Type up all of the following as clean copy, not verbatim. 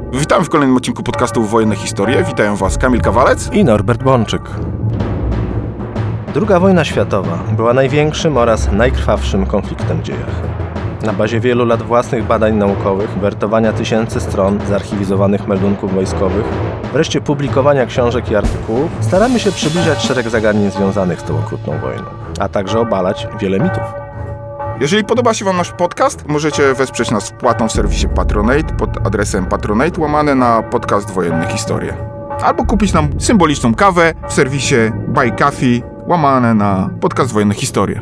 Witam w kolejnym odcinku podcastu Wojenne Historie. Witają Was Kamil Kawalec i Norbert Błączyk. II wojna światowa była największym oraz najkrwawszym konfliktem w dziejach. Na bazie wielu lat własnych badań naukowych, wertowania tysięcy stron zarchiwizowanych meldunków wojskowych, wreszcie publikowania książek i artykułów, staramy się przybliżać szereg zagadnień związanych z tą okrutną wojną, a także obalać wiele mitów. Jeżeli podoba się Wam nasz podcast, możecie wesprzeć nas wpłatą w serwisie Patronate pod adresem patronate / podcast Wojenne Historie. Albo kupić nam symboliczną kawę w serwisie Buy Coffee / podcast Wojenne Historie.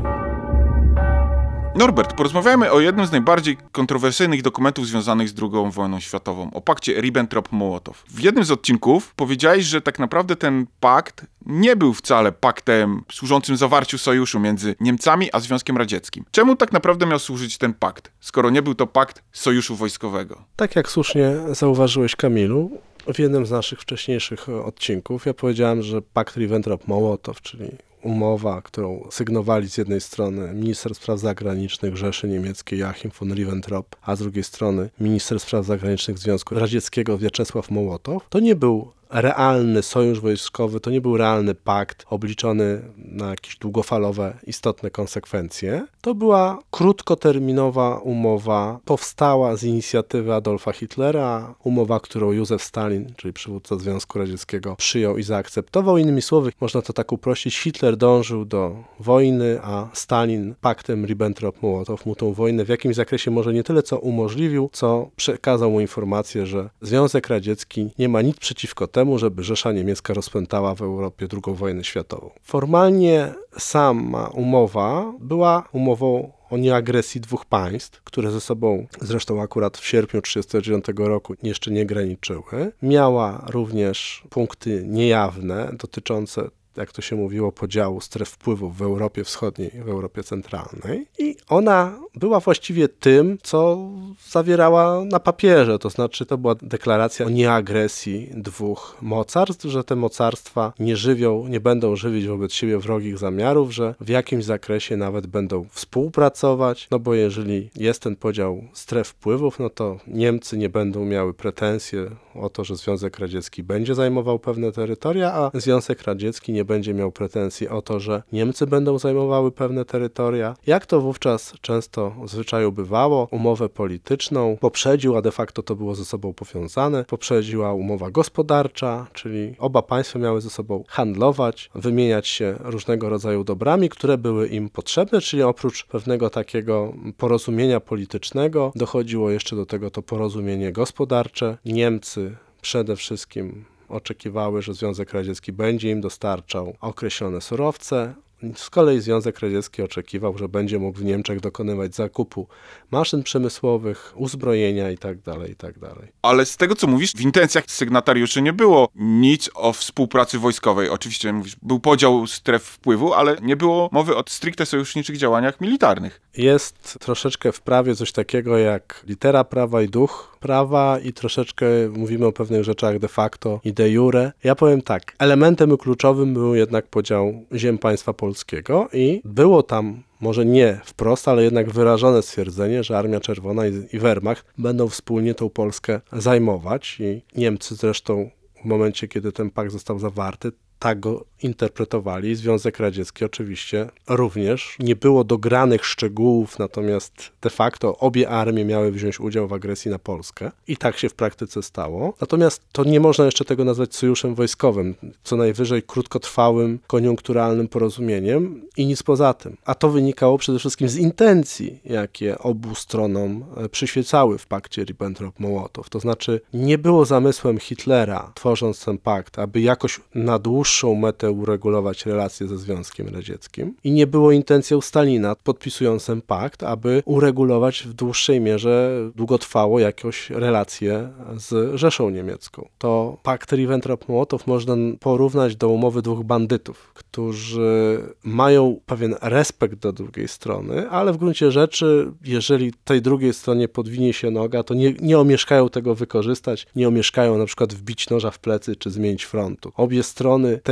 Norbert, porozmawiajmy o jednym z najbardziej kontrowersyjnych dokumentów związanych z II wojną światową, o pakcie Ribbentrop-Mołotow. W jednym z odcinków powiedziałeś, że tak naprawdę ten pakt nie był wcale paktem służącym zawarciu sojuszu między Niemcami a Związkiem Radzieckim. Czemu tak naprawdę miał służyć ten pakt, skoro nie był to pakt sojuszu wojskowego? Tak jak słusznie zauważyłeś, Kamilu, w jednym z naszych wcześniejszych odcinków ja powiedziałem, że pakt Ribbentrop-Mołotow, czyli umowa, którą sygnowali z jednej strony minister spraw zagranicznych Rzeszy Niemieckiej Joachim von Ribbentrop, a z drugiej strony minister spraw zagranicznych Związku Radzieckiego Wiaczesław Mołotow, to nie był realny sojusz wojskowy, to nie był realny pakt obliczony na jakieś długofalowe, istotne konsekwencje. To była krótkoterminowa umowa, powstała z inicjatywy Adolfa Hitlera, umowa, którą Józef Stalin, czyli przywódca Związku Radzieckiego, przyjął i zaakceptował. Innymi słowy, można to tak uprościć, Hitler dążył do wojny, a Stalin paktem Ribbentrop-Mołotow mu tą wojnę w jakimś zakresie może nie tyle co umożliwił, co przekazał mu informację, że Związek Radziecki nie ma nic przeciwko temu, żeby Rzesza Niemiecka rozpętała w Europie II wojnę światową. Formalnie sama umowa była umową o nieagresji dwóch państw, które ze sobą zresztą akurat w sierpniu 1939 roku jeszcze nie graniczyły. Miała również punkty niejawne dotyczące, jak to się mówiło, podziału stref wpływów w Europie Wschodniej i w Europie Centralnej. I ona była właściwie tym, co zawierała na papierze. To znaczy, to była deklaracja o nieagresji dwóch mocarstw, że te mocarstwa nie będą żywić wobec siebie wrogich zamiarów, że w jakimś zakresie nawet będą współpracować, no bo jeżeli jest ten podział stref wpływów, no to Niemcy nie będą miały pretensje o to, że Związek Radziecki będzie zajmował pewne terytoria, a Związek Radziecki nie będzie miał pretensji o to, że Niemcy będą zajmowały pewne terytoria. Jak to wówczas często w zwyczaju bywało, umowę polityczną poprzedził, a de facto to było ze sobą powiązane, poprzedziła umowa gospodarcza, czyli oba państwa miały ze sobą handlować, wymieniać się różnego rodzaju dobrami, które były im potrzebne, czyli oprócz pewnego takiego porozumienia politycznego dochodziło jeszcze do tego to porozumienie gospodarcze. Niemcy przede wszystkim oczekiwały, że Związek Radziecki będzie im dostarczał określone surowce. Z kolei Związek Radziecki oczekiwał, że będzie mógł w Niemczech dokonywać zakupu maszyn przemysłowych, uzbrojenia itd. Ale z tego, co mówisz, w intencjach sygnatariuszy nie było nic o współpracy wojskowej. Oczywiście mówisz, był podział stref wpływu, ale nie było mowy o stricte sojuszniczych działaniach militarnych. Jest troszeczkę w prawie coś takiego jak litera prawa i duch prawa i troszeczkę mówimy o pewnych rzeczach de facto i de jure. Ja powiem tak, elementem kluczowym był jednak podział ziem państwa polskiego i było tam może nie wprost, ale jednak wyrażone stwierdzenie, że Armia Czerwona i Wehrmacht będą wspólnie tą Polskę zajmować i Niemcy zresztą w momencie, kiedy ten pakt został zawarty, tak go interpretowali. Związek Radziecki oczywiście również. Nie było dogranych szczegółów, natomiast de facto obie armie miały wziąć udział w agresji na Polskę i tak się w praktyce stało. Natomiast to nie można jeszcze tego nazwać sojuszem wojskowym, co najwyżej krótkotrwałym, koniunkturalnym porozumieniem i nic poza tym. A to wynikało przede wszystkim z intencji, jakie obu stronom przyświecały w pakcie Ribbentrop-Mołotow. To znaczy nie było zamysłem Hitlera, tworząc ten pakt, aby jakoś na dłuższą metę uregulować relacje ze Związkiem Radzieckim i nie było intencją Stalina, podpisując ten pakt, aby uregulować w dłuższej mierze długotrwało jakieś relacje z Rzeszą Niemiecką. To pakt Ribbentrop-Mołotow można porównać do umowy dwóch bandytów, którzy mają pewien respekt do drugiej strony, ale w gruncie rzeczy, jeżeli tej drugiej stronie podwinie się noga, to nie omieszkają tego wykorzystać, nie omieszkają na przykład wbić noża w plecy czy zmienić frontu. Obie strony tej umowy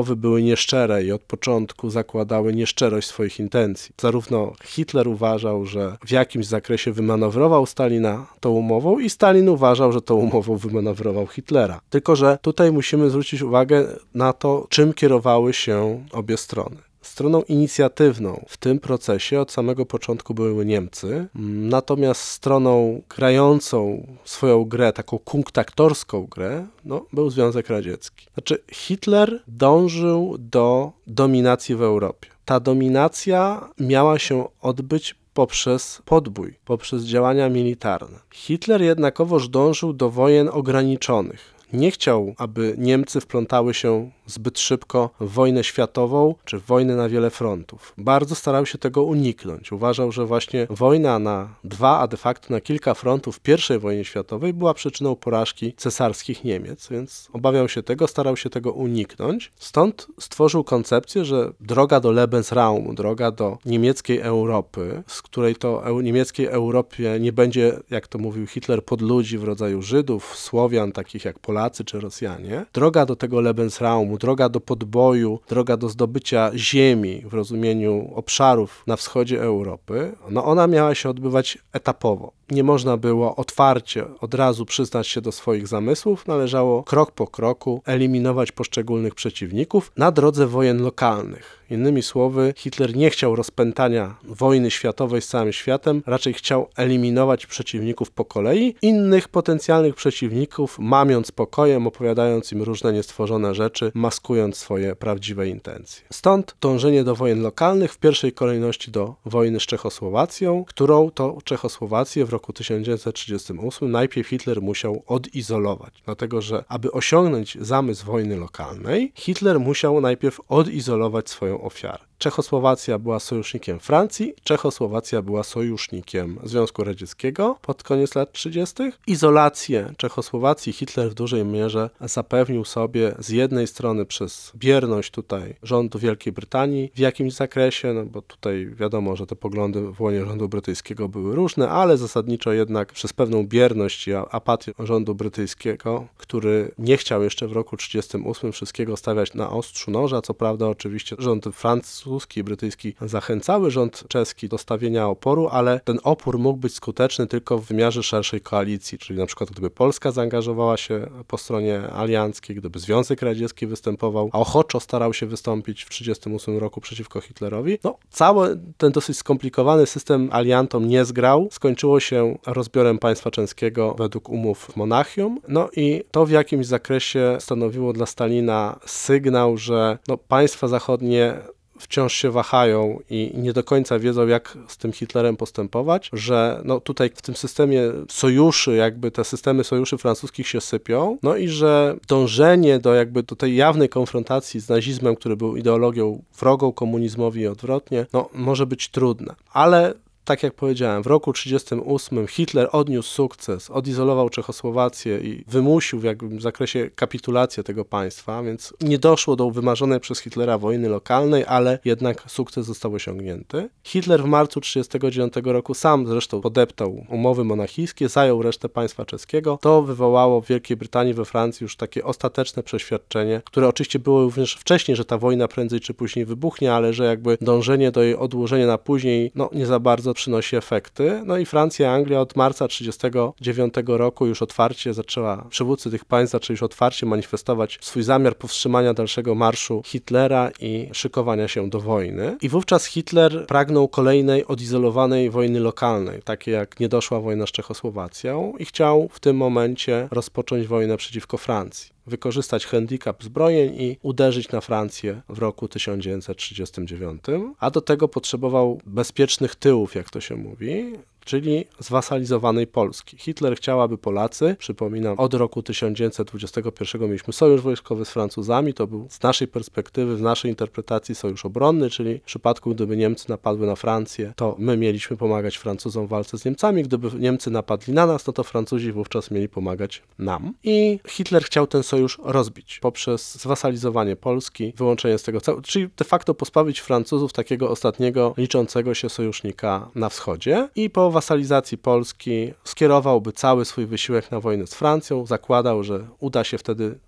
umowy były nieszczere i od początku zakładały nieszczerość swoich intencji. Zarówno Hitler uważał, że w jakimś zakresie wymanewrował Stalina tą umową i Stalin uważał, że tą umową wymanewrował Hitlera. Tylko że tutaj musimy zwrócić uwagę na to, czym kierowały się obie strony. Stroną inicjatywną w tym procesie od samego początku były Niemcy, natomiast stroną grającą swoją grę, taką kunktaktorską grę, był Związek Radziecki. Znaczy Hitler dążył do dominacji w Europie. Ta dominacja miała się odbyć poprzez podbój, poprzez działania militarne. Hitler jednakowoż dążył do wojen ograniczonych. Nie chciał, aby Niemcy wplątały się zbyt szybko w wojnę światową czy w wojnę na wiele frontów. Bardzo starał się tego uniknąć. Uważał, że właśnie wojna na 2, a de facto na kilka frontów w I wojnie światowej była przyczyną porażki cesarskich Niemiec, więc obawiał się tego, starał się tego uniknąć. Stąd stworzył koncepcję, że droga do Lebensraumu, droga do niemieckiej Europy, z której to niemieckiej Europie nie będzie, jak to mówił Hitler, podludzi w rodzaju Żydów, Słowian, takich jak Polacy czy Rosjanie. Droga do tego Lebensraumu, droga do podboju, droga do zdobycia ziemi w rozumieniu obszarów na wschodzie Europy, ona miała się odbywać etapowo. Nie można było otwarcie od razu przyznać się do swoich zamysłów, należało krok po kroku eliminować poszczególnych przeciwników na drodze wojen lokalnych. Innymi słowy, Hitler nie chciał rozpętania wojny światowej z całym światem, raczej chciał eliminować przeciwników po kolei, innych potencjalnych przeciwników mamiąc pokojem, opowiadając im różne niestworzone rzeczy, maskując swoje prawdziwe intencje. Stąd dążenie do wojen lokalnych, w pierwszej kolejności do wojny z Czechosłowacją, którą to Czechosłowację w roku 1938 najpierw Hitler musiał odizolować, dlatego że aby osiągnąć zamysł wojny lokalnej, Hitler musiał najpierw odizolować swoją ofiarę. Czechosłowacja była sojusznikiem Francji, Czechosłowacja była sojusznikiem Związku Radzieckiego pod koniec lat 30. Izolację Czechosłowacji Hitler w dużej mierze zapewnił sobie z jednej strony przez bierność tutaj rządu Wielkiej Brytanii w jakimś zakresie, bo tutaj wiadomo, że te poglądy w łonie rządu brytyjskiego były różne, ale zasadniczo jednak przez pewną bierność i apatię rządu brytyjskiego, który nie chciał jeszcze w roku 1938 wszystkiego stawiać na ostrzu noża. Co prawda oczywiście rząd francuski i brytyjski zachęcały rząd czeski do stawienia oporu, ale ten opór mógł być skuteczny tylko w wymiarze szerszej koalicji, czyli na przykład gdyby Polska zaangażowała się po stronie alianckiej, gdyby Związek Radziecki występował, a ochoczo starał się wystąpić w 1938 roku przeciwko Hitlerowi. Cały ten dosyć skomplikowany system aliantom nie zgrał, skończyło się rozbiorem państwa czeskiego według umów w Monachium, i to w jakimś zakresie stanowiło dla Stalina sygnał, że państwa zachodnie wciąż się wahają i nie do końca wiedzą, jak z tym Hitlerem postępować, że tutaj w tym systemie sojuszy, jakby te systemy sojuszy francuskich się sypią, i że dążenie do tej jawnej konfrontacji z nazizmem, który był ideologią wrogą komunizmowi i odwrotnie, może być trudne. Ale tak jak powiedziałem, w roku 1938 Hitler odniósł sukces, odizolował Czechosłowację i wymusił w zakresie kapitulację tego państwa, więc nie doszło do wymarzonej przez Hitlera wojny lokalnej, ale jednak sukces został osiągnięty. Hitler w marcu 1939 roku sam zresztą podeptał umowy monachijskie, zajął resztę państwa czeskiego. To wywołało w Wielkiej Brytanii, we Francji już takie ostateczne przeświadczenie, które oczywiście było również wcześniej, że ta wojna prędzej czy później wybuchnie, ale że dążenie do jej odłożenia na później, nie za bardzo przynosi efekty. I Francja, Anglia od marca 1939 roku już otwarcie przywódcy tych państw zaczęli już otwarcie manifestować swój zamiar powstrzymania dalszego marszu Hitlera i szykowania się do wojny. I wówczas Hitler pragnął kolejnej odizolowanej wojny lokalnej, takiej jak niedoszła wojna z Czechosłowacją i chciał w tym momencie rozpocząć wojnę przeciwko Francji. Wykorzystać handicap zbrojeń i uderzyć na Francję w roku 1939, a do tego potrzebował bezpiecznych tyłów, jak to się mówi, czyli zwasalizowanej Polski. Hitler chciał, aby Polacy, przypominam, od roku 1921 mieliśmy sojusz wojskowy z Francuzami, to był z naszej perspektywy, w naszej interpretacji sojusz obronny, czyli w przypadku, gdyby Niemcy napadły na Francję, to my mieliśmy pomagać Francuzom w walce z Niemcami, gdyby Niemcy napadli na nas, to Francuzi wówczas mieli pomagać nam. I Hitler chciał ten sojusz rozbić poprzez zwasalizowanie Polski, wyłączenie z tego czyli de facto pozbawić Francuzów takiego ostatniego liczącego się sojusznika na wschodzie i po wasalizacji Polski skierowałby cały swój wysiłek na wojnę z Francją, zakładał, że uda się wtedy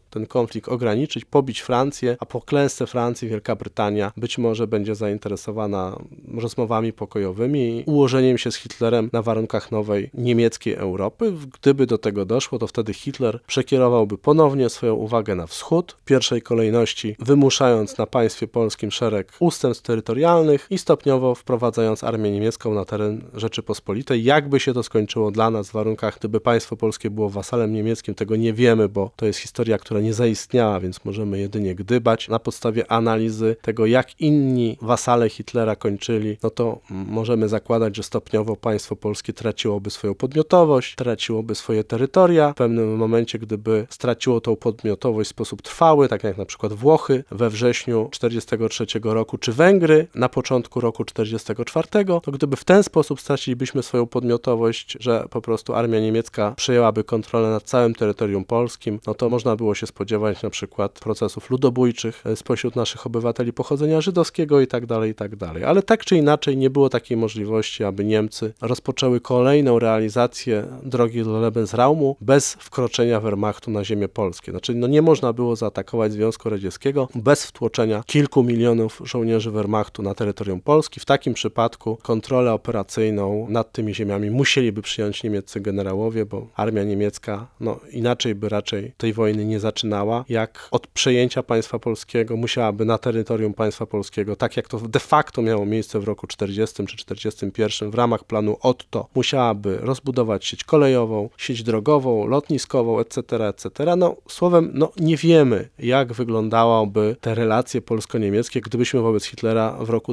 ten konflikt ograniczyć, pobić Francję, a po klęsce Francji Wielka Brytania być może będzie zainteresowana rozmowami pokojowymi i ułożeniem się z Hitlerem na warunkach nowej niemieckiej Europy. Gdyby do tego doszło, to wtedy Hitler przekierowałby ponownie swoją uwagę na wschód, w pierwszej kolejności wymuszając na państwie polskim szereg ustępstw terytorialnych i stopniowo wprowadzając armię niemiecką na teren Rzeczypospolitej. Jakby się to skończyło dla nas w warunkach, gdyby państwo polskie było wasalem niemieckim, tego nie wiemy, bo to jest historia, która nie zaistniała, więc możemy jedynie gdybać. Na podstawie analizy tego, jak inni wasale Hitlera kończyli, no to możemy zakładać, że stopniowo państwo polskie traciłoby swoją podmiotowość, traciłoby swoje terytoria. W pewnym momencie, gdyby straciło tą podmiotowość w sposób trwały, tak jak na przykład Włochy we wrześniu 1943 roku, czy Węgry na początku roku 1944, to gdyby w ten sposób stracilibyśmy swoją podmiotowość, że po prostu armia niemiecka przejęłaby kontrolę nad całym terytorium polskim, no to można było się spodziewać na przykład procesów ludobójczych spośród naszych obywateli pochodzenia żydowskiego i tak dalej, i tak dalej. Ale tak czy inaczej nie było takiej możliwości, aby Niemcy rozpoczęły kolejną realizację drogi do Lebensraumu bez wkroczenia Wehrmachtu na ziemię polskie. Znaczy, no nie można było zaatakować Związku Radzieckiego bez wtłoczenia kilku milionów żołnierzy Wehrmachtu na terytorium Polski. W takim przypadku kontrolę operacyjną nad tymi ziemiami musieliby przyjąć niemieccy generałowie, bo armia niemiecka, no inaczej by raczej tej wojny nie zaczynała, jak od przejęcia państwa polskiego musiałaby na terytorium państwa polskiego, tak jak to de facto miało miejsce w roku 40 czy 41 w ramach planu Otto, musiałaby rozbudować sieć kolejową, sieć drogową, lotniskową, etc., etc. No słowem, no nie wiemy, jak wyglądałyby te relacje polsko-niemieckie, gdybyśmy wobec Hitlera w roku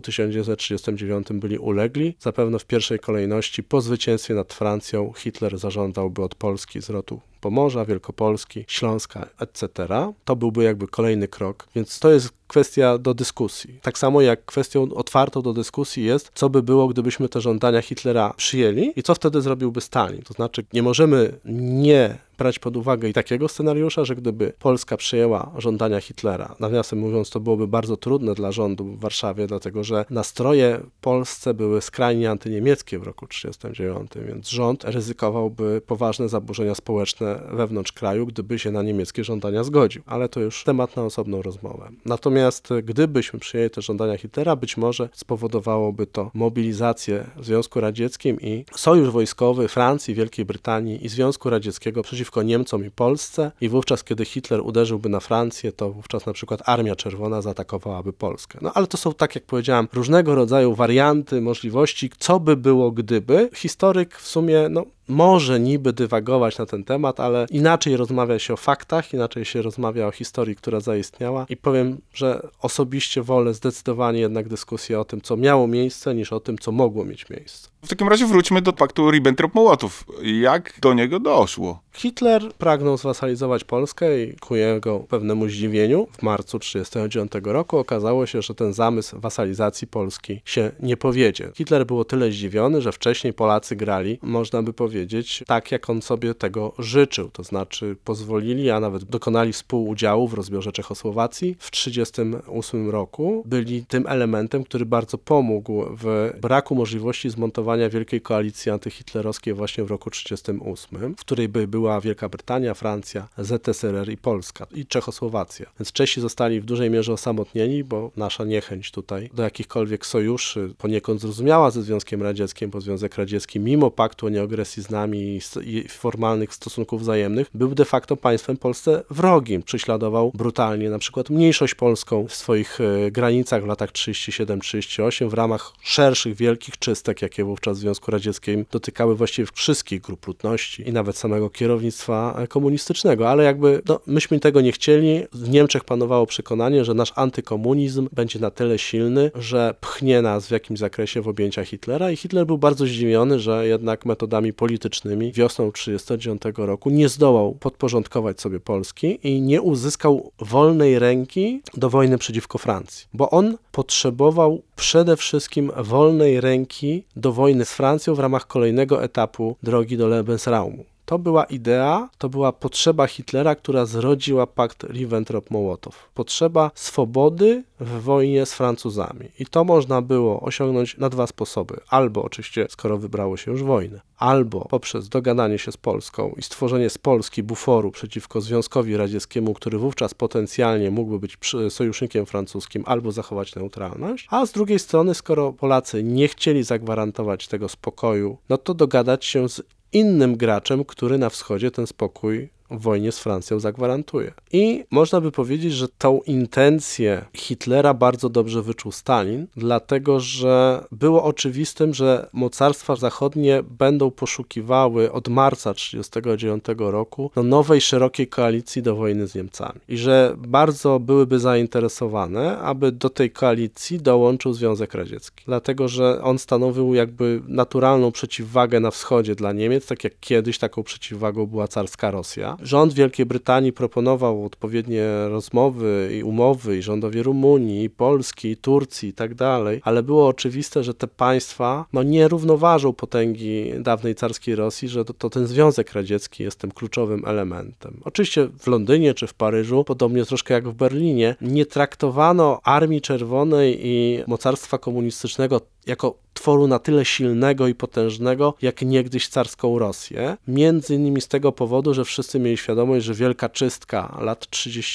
1939 byli ulegli. Zapewne w pierwszej kolejności po zwycięstwie nad Francją Hitler zażądałby od Polski zwrotu Pomorza, Wielkopolski, Śląska, etc. To byłby jakby kolejny krok, więc to jest kwestia do dyskusji. Tak samo jak kwestią otwartą do dyskusji jest, co by było, gdybyśmy te żądania Hitlera przyjęli i co wtedy zrobiłby Stalin. To znaczy, nie możemy nie brać pod uwagę i takiego scenariusza, że gdyby Polska przyjęła żądania Hitlera, nawiasem mówiąc, to byłoby bardzo trudne dla rządu w Warszawie, dlatego że nastroje w Polsce były skrajnie antyniemieckie w roku 1939, więc rząd ryzykowałby poważne zaburzenia społeczne wewnątrz kraju, gdyby się na niemieckie żądania zgodził. Ale to już temat na osobną rozmowę. Natomiast gdybyśmy przyjęli te żądania Hitlera, być może spowodowałoby to mobilizację w Związku Radzieckim i sojusz wojskowy Francji, Wielkiej Brytanii i Związku Radzieckiego przeciwko Niemcom i Polsce i wówczas, kiedy Hitler uderzyłby na Francję, to wówczas na przykład Armia Czerwona zaatakowałaby Polskę. No ale to są, tak jak powiedziałem, różnego rodzaju warianty, możliwości, co by było gdyby. Historyk w sumie, no może niby dywagować na ten temat, ale inaczej rozmawia się o faktach, inaczej się rozmawia o historii, która zaistniała i powiem, że osobiście wolę zdecydowanie jednak dyskusję o tym, co miało miejsce, niż o tym, co mogło mieć miejsce. W takim razie wróćmy do paktu Ribbentrop-Mołotow. Jak do niego doszło? Hitler pragnął zwasalizować Polskę i ku jego pewnemu zdziwieniu w marcu 1939 roku okazało się, że ten zamysł wasalizacji Polski się nie powiedzie. Hitler był o tyle zdziwiony, że wcześniej Polacy grali, można by powiedzieć, tak jak on sobie tego życzył. To znaczy pozwolili, a nawet dokonali współudziału w rozbiorze Czechosłowacji w 1938 roku. Byli tym elementem, który bardzo pomógł w braku możliwości zmontowania wielkiej koalicji antyhitlerowskiej właśnie w roku 1938, w której by była Wielka Brytania, Francja, ZSRR i Polska i Czechosłowacja. Więc Czesi zostali w dużej mierze osamotnieni, bo nasza niechęć tutaj do jakichkolwiek sojuszy poniekąd zrozumiała ze Związkiem Radzieckim, bo Związek Radziecki mimo paktu o nieagresji z nami i formalnych stosunków wzajemnych był de facto państwem Polsce wrogim. Prześladował brutalnie na przykład mniejszość polską w swoich granicach w latach 37-38 w ramach szerszych, wielkich czystek, jakie wówczas w Związku Radzieckim dotykały właściwie wszystkich grup ludności i nawet samego kierownictwa komunistycznego, ale jakby myśmy tego nie chcieli. W Niemczech panowało przekonanie, że nasz antykomunizm będzie na tyle silny, że pchnie nas w jakimś zakresie w objęcia Hitlera i Hitler był bardzo zdziwiony, że jednak metodami politycznymi wiosną 1939 roku nie zdołał podporządkować sobie Polski i nie uzyskał wolnej ręki do wojny przeciwko Francji, bo on potrzebował przede wszystkim wolnej ręki do wojny z Francją w ramach kolejnego etapu drogi do Lebensraumu. To była idea, to była potrzeba Hitlera, która zrodziła pakt Ribbentrop-Mołotow. Potrzeba swobody w wojnie z Francuzami. I to można było osiągnąć na dwa sposoby. Albo oczywiście, skoro wybrało się już wojnę, albo poprzez dogadanie się z Polską i stworzenie z Polski buforu przeciwko Związkowi Radzieckiemu, który wówczas potencjalnie mógłby być sojusznikiem francuskim, albo zachować neutralność, a z drugiej strony, skoro Polacy nie chcieli zagwarantować tego spokoju, no to dogadać się z innym graczem, który na wschodzie ten spokój w wojnie z Francją zagwarantuje. I można by powiedzieć, że tą intencję Hitlera bardzo dobrze wyczuł Stalin, dlatego że było oczywistym, że mocarstwa zachodnie będą poszukiwały od marca 1939 roku nowej, szerokiej koalicji do wojny z Niemcami. I że bardzo byłyby zainteresowane, aby do tej koalicji dołączył Związek Radziecki. Dlatego, że on stanowił jakby naturalną przeciwwagę na wschodzie dla Niemiec, tak jak kiedyś taką przeciwwagą była carska Rosja. Rząd Wielkiej Brytanii proponował odpowiednie rozmowy i umowy i rządowie Rumunii, i Polski, i Turcji i tak dalej, ale było oczywiste, że te państwa nie równoważą potęgi dawnej carskiej Rosji, że to ten Związek Radziecki jest tym kluczowym elementem. Oczywiście w Londynie czy w Paryżu, podobnie troszkę jak w Berlinie, nie traktowano Armii Czerwonej i mocarstwa komunistycznego jako tworu na tyle silnego i potężnego, jak niegdyś carską Rosję. Między innymi z tego powodu, że wszyscy mieli świadomość, że wielka czystka lat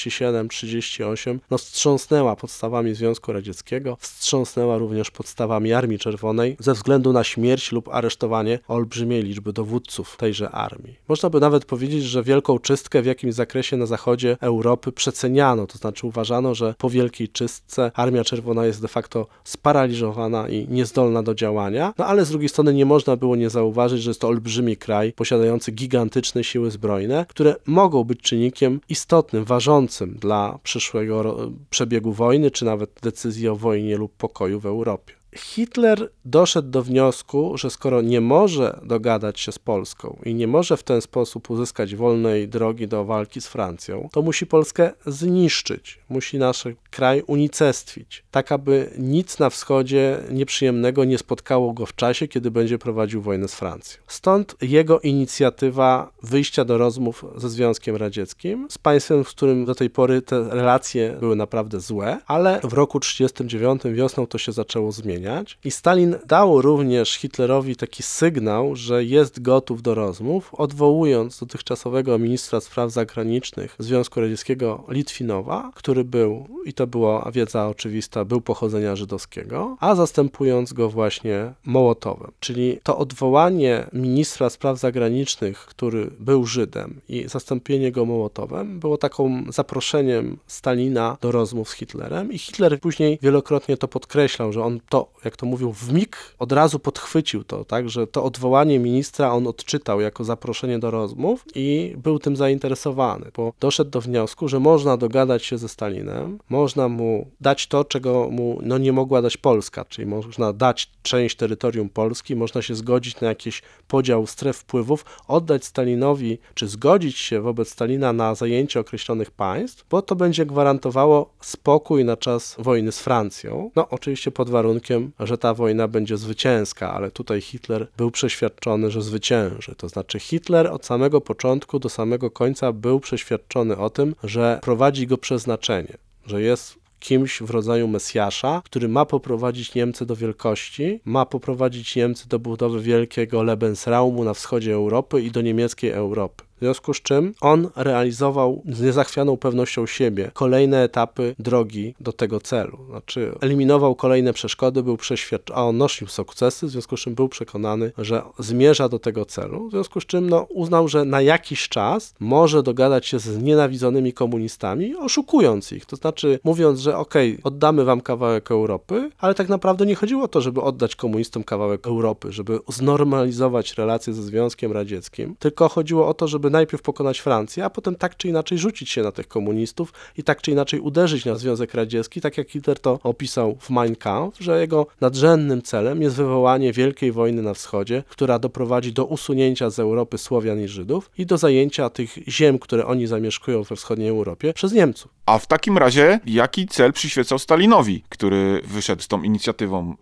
37-38 wstrząsnęła podstawami Związku Radzieckiego, wstrząsnęła również podstawami Armii Czerwonej ze względu na śmierć lub aresztowanie olbrzymiej liczby dowódców tejże armii. Można by nawet powiedzieć, że wielką czystkę w jakimś zakresie na zachodzie Europy przeceniano, to znaczy uważano, że po wielkiej czystce Armia Czerwona jest de facto sparaliżowana i niezdolna do działania, ale z drugiej strony nie można było nie zauważyć, że jest to olbrzymi kraj posiadający gigantyczne siły zbrojne, które mogą być czynnikiem istotnym, ważącym dla przyszłego przebiegu wojny, czy nawet decyzji o wojnie lub pokoju w Europie. Hitler doszedł do wniosku, że skoro nie może dogadać się z Polską i nie może w ten sposób uzyskać wolnej drogi do walki z Francją, to musi Polskę zniszczyć, musi nasz kraj unicestwić, tak aby nic na wschodzie nieprzyjemnego nie spotkało go w czasie, kiedy będzie prowadził wojnę z Francją. Stąd jego inicjatywa wyjścia do rozmów ze Związkiem Radzieckim, z państwem, z którym do tej pory te relacje były naprawdę złe, ale w roku 1939 wiosną to się zaczęło zmieniać. I Stalin dał również Hitlerowi taki sygnał, że jest gotów do rozmów, odwołując dotychczasowego ministra spraw zagranicznych Związku Radzieckiego Litwinowa, który był, i to była wiedza oczywista, był pochodzenia żydowskiego, a zastępując go właśnie Mołotowem. Czyli to odwołanie ministra spraw zagranicznych, który był Żydem, i zastąpienie go Mołotowem było taką zaproszeniem Stalina do rozmów z Hitlerem i Hitler później wielokrotnie to podkreślał, że on to, jak to mówił, w mig od razu podchwycił to, tak, że to odwołanie ministra on odczytał jako zaproszenie do rozmów i był tym zainteresowany, bo doszedł do wniosku, że można dogadać się ze Stalinem, można mu dać to, czego mu nie mogła dać Polska, czyli można dać część terytorium Polski, można się zgodzić na jakiś podział stref wpływów, oddać Stalinowi, czy zgodzić się wobec Stalina na zajęcie określonych państw, bo to będzie gwarantowało spokój na czas wojny z Francją. Oczywiście pod warunkiem, że ta wojna będzie zwycięska, ale tutaj Hitler był przeświadczony, że zwycięży. To znaczy Hitler od samego początku do samego końca był przeświadczony o tym, że prowadzi go przeznaczenie, że jest kimś w rodzaju Mesjasza, który ma poprowadzić Niemcy do wielkości, ma poprowadzić Niemcy do budowy wielkiego Lebensraumu na wschodzie Europy i do niemieckiej Europy. W związku z czym on realizował z niezachwianą pewnością siebie kolejne etapy drogi do tego celu. Znaczy eliminował kolejne przeszkody, był przeświadczony, a on nosił sukcesy, w związku z czym był przekonany, że zmierza do tego celu. W związku z czym uznał, że na jakiś czas może dogadać się z znienawidzonymi komunistami, oszukując ich. To znaczy mówiąc, że oddamy wam kawałek Europy, ale tak naprawdę nie chodziło o to, żeby oddać komunistom kawałek Europy, żeby znormalizować relacje ze Związkiem Radzieckim, tylko chodziło o to, żeby najpierw pokonać Francję, a potem tak czy inaczej rzucić się na tych komunistów i tak czy inaczej uderzyć na Związek Radziecki, tak jak Hitler to opisał w Mein Kampf, że jego nadrzędnym celem jest wywołanie wielkiej wojny na wschodzie, która doprowadzi do usunięcia z Europy Słowian i Żydów i do zajęcia tych ziem, które oni zamieszkują we wschodniej Europie, przez Niemców. A w takim razie jaki cel przyświecał Stalinowi, który wyszedł z tą inicjatywą paktu?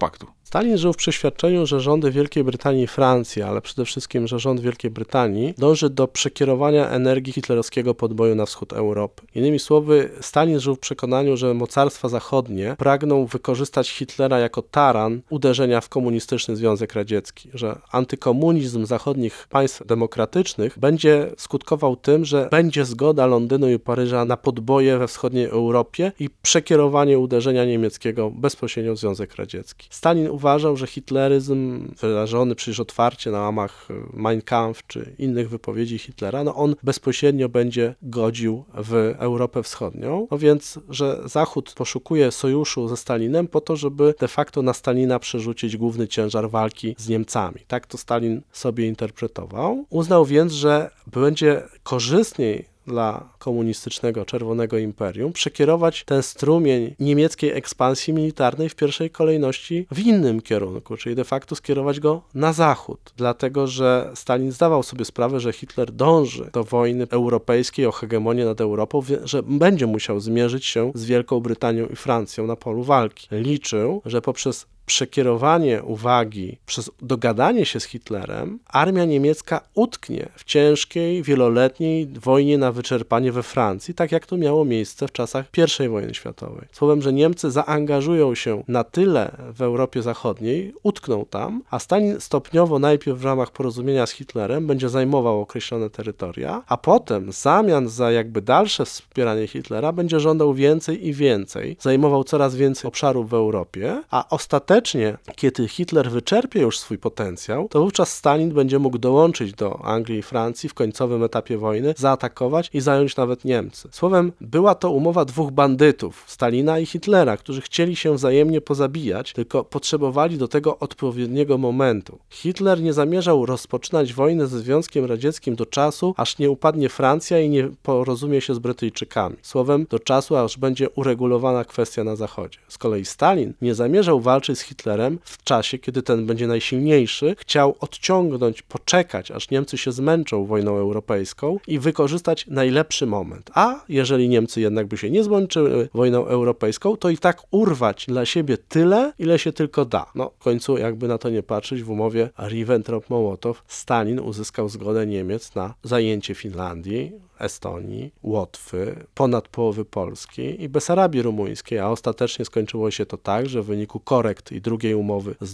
Stalin żył w przeświadczeniu, że rządy Wielkiej Brytanii i Francji, ale przede wszystkim, że rząd Wielkiej Brytanii dąży do przekierowania energii hitlerowskiego podboju na wschód Europy. Innymi słowy, Stalin żył w przekonaniu, że mocarstwa zachodnie pragną wykorzystać Hitlera jako taran uderzenia w komunistyczny Związek Radziecki, że antykomunizm zachodnich państw demokratycznych będzie skutkował tym, że będzie zgoda Londynu i Paryża na podboje we wschodniej Europie i przekierowanie uderzenia niemieckiego bezpośrednio w Związek Radziecki. Stalin uważał, że hitleryzm wyrażony przecież otwarcie na łamach Mein Kampf czy innych wypowiedzi Hitlera, on bezpośrednio będzie godził w Europę Wschodnią, więc, że Zachód poszukuje sojuszu ze Stalinem po to, żeby de facto na Stalina przerzucić główny ciężar walki z Niemcami. Tak to Stalin sobie interpretował. Uznał więc, że będzie korzystniej dla komunistycznego Czerwonego Imperium przekierować ten strumień niemieckiej ekspansji militarnej w pierwszej kolejności w innym kierunku, czyli de facto skierować go na zachód. Dlatego, że Stalin zdawał sobie sprawę, że Hitler dąży do wojny europejskiej o hegemonię nad Europą, że będzie musiał zmierzyć się z Wielką Brytanią i Francją na polu walki. Liczył, że poprzez przekierowanie uwagi, przez dogadanie się z Hitlerem, armia niemiecka utknie w ciężkiej, wieloletniej wojnie na wyczerpanie we Francji, tak jak to miało miejsce w czasach I wojny światowej. Słowem, że Niemcy zaangażują się na tyle w Europie Zachodniej, utkną tam, a Stalin stopniowo najpierw w ramach porozumienia z Hitlerem będzie zajmował określone terytoria, a potem w zamian za jakby dalsze wspieranie Hitlera będzie żądał więcej i więcej, zajmował coraz więcej obszarów w Europie, a ostatecznie, kiedy Hitler wyczerpie już swój potencjał, to wówczas Stalin będzie mógł dołączyć do Anglii i Francji w końcowym etapie wojny, zaatakować i zająć nawet Niemcy. Słowem, była to umowa dwóch bandytów, Stalina i Hitlera, którzy chcieli się wzajemnie pozabijać, tylko potrzebowali do tego odpowiedniego momentu. Hitler nie zamierzał rozpoczynać wojny ze Związkiem Radzieckim do czasu, aż nie upadnie Francja i nie porozumie się z Brytyjczykami. Słowem, do czasu, aż będzie uregulowana kwestia na Zachodzie. Z kolei Stalin nie zamierzał walczyć z Hitlerem w czasie, kiedy ten będzie najsilniejszy, chciał odciągnąć, poczekać, aż Niemcy się zmęczą wojną europejską i wykorzystać najlepszy moment. A jeżeli Niemcy jednak by się nie zmęczyły wojną europejską, to i tak urwać dla siebie tyle, ile się tylko da. W końcu, jakby na to nie patrzeć, w umowie Ribbentrop-Mołotow Stalin uzyskał zgodę Niemiec na zajęcie Finlandii, Estonii, Łotwy, ponad połowy Polski i Besarabii Rumuńskiej, a ostatecznie skończyło się to tak, że w wyniku korekt i drugiej umowy z